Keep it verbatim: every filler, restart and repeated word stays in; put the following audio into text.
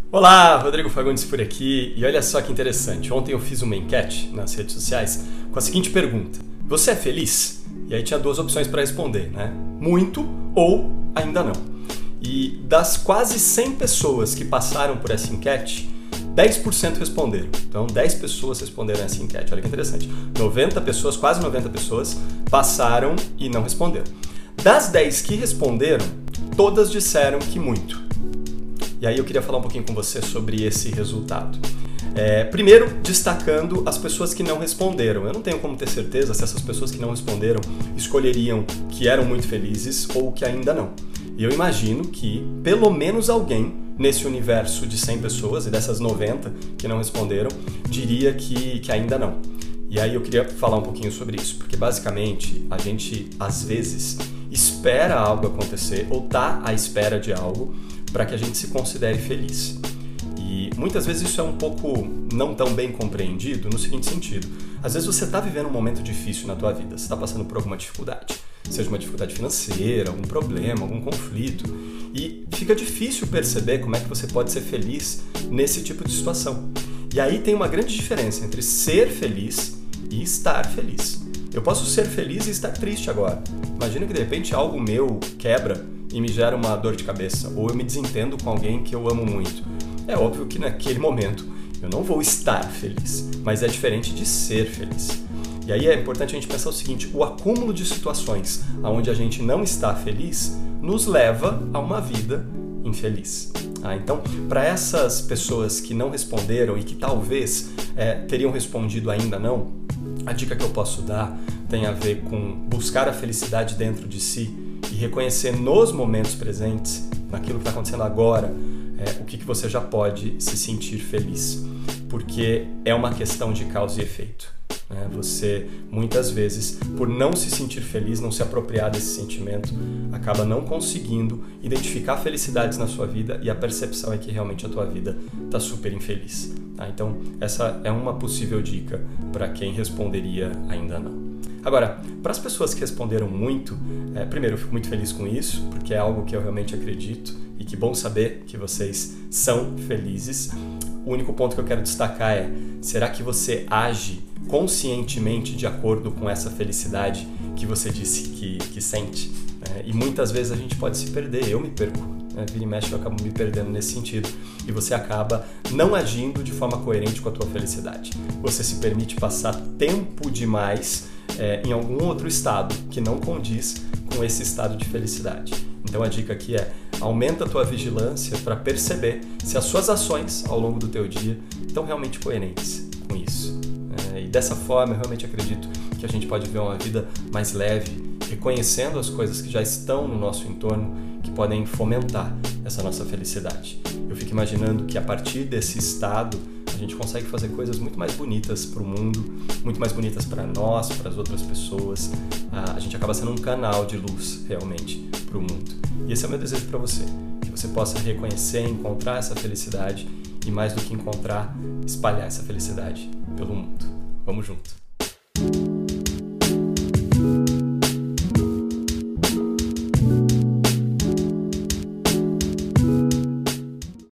Olá, Rodrigo Fagundes por aqui, e olha só que interessante, ontem eu fiz uma enquete nas redes sociais com a seguinte pergunta: você é feliz? E aí tinha duas opções para responder, né? Muito ou ainda não. E das quase cem pessoas que passaram por essa enquete, dez por cento responderam. Então dez pessoas responderam essa enquete, olha que interessante. noventa pessoas, quase noventa pessoas, passaram e não responderam. Das dez que responderam, todas disseram que muito. E aí eu queria falar um pouquinho com você sobre esse resultado. É, primeiro, destacando as pessoas que não responderam. Eu não tenho como ter certeza se essas pessoas que não responderam escolheriam que eram muito felizes ou que ainda não. E eu imagino que pelo menos alguém nesse universo de cem pessoas, e dessas noventa que não responderam, diria que, que ainda não. E aí eu queria falar um pouquinho sobre isso, porque basicamente a gente, às vezes, espera algo acontecer ou tá à espera de algo para que a gente se considere feliz. E muitas vezes isso é um pouco não tão bem compreendido no seguinte sentido: às vezes você está vivendo um momento difícil na tua vida, você está passando por alguma dificuldade, seja uma dificuldade financeira, algum problema, algum conflito, e fica difícil perceber como é que você pode ser feliz nesse tipo de situação. E aí tem uma grande diferença entre ser feliz e estar feliz. Eu posso ser feliz e estar triste agora. Imagina que de repente algo meu quebra e me gera uma dor de cabeça, ou eu me desentendo com alguém que eu amo muito. É óbvio que naquele momento eu não vou estar feliz, mas é diferente de ser feliz. E aí é importante a gente pensar o seguinte: o acúmulo de situações onde a gente não está feliz nos leva a uma vida infeliz. Ah, então, para essas pessoas que não responderam e que talvez é, teriam respondido ainda não, a dica que eu posso dar tem a ver com buscar a felicidade dentro de si e reconhecer nos momentos presentes, naquilo que está acontecendo agora, é, o que, que você já pode se sentir feliz. Porque é uma questão de causa e efeito. Né? Você, muitas vezes, por não se sentir feliz, não se apropriar desse sentimento, acaba não conseguindo identificar felicidades na sua vida, e a percepção é que realmente a tua vida está super infeliz. Tá? Então, essa é uma possível dica para quem responderia ainda não. Agora, para as pessoas que responderam muito, é, primeiro, eu fico muito feliz com isso, porque é algo que eu realmente acredito, e que bom saber que vocês são felizes. O único ponto que eu quero destacar é: será que você age conscientemente de acordo com essa felicidade que você disse que, que sente? É, e muitas vezes a gente pode se perder, eu me perco. Né? Vira e mexe, eu acabo me perdendo nesse sentido. E você acaba não agindo de forma coerente com a tua felicidade. Você se permite passar tempo demais É, em algum outro estado que não condiz com esse estado de felicidade. Então a dica aqui é: aumenta a tua vigilância para perceber se as suas ações ao longo do teu dia estão realmente coerentes com isso. É, e dessa forma eu realmente acredito que a gente pode viver uma vida mais leve, reconhecendo as coisas que já estão no nosso entorno, que podem fomentar essa nossa felicidade. Eu fico imaginando que a partir desse estado a gente consegue fazer coisas muito mais bonitas para o mundo, muito mais bonitas para nós, para as outras pessoas. A gente acaba sendo um canal de luz, realmente, para o mundo. E esse é o meu desejo para você, que você possa reconhecer, encontrar essa felicidade e, mais do que encontrar, espalhar essa felicidade pelo mundo. Vamos junto!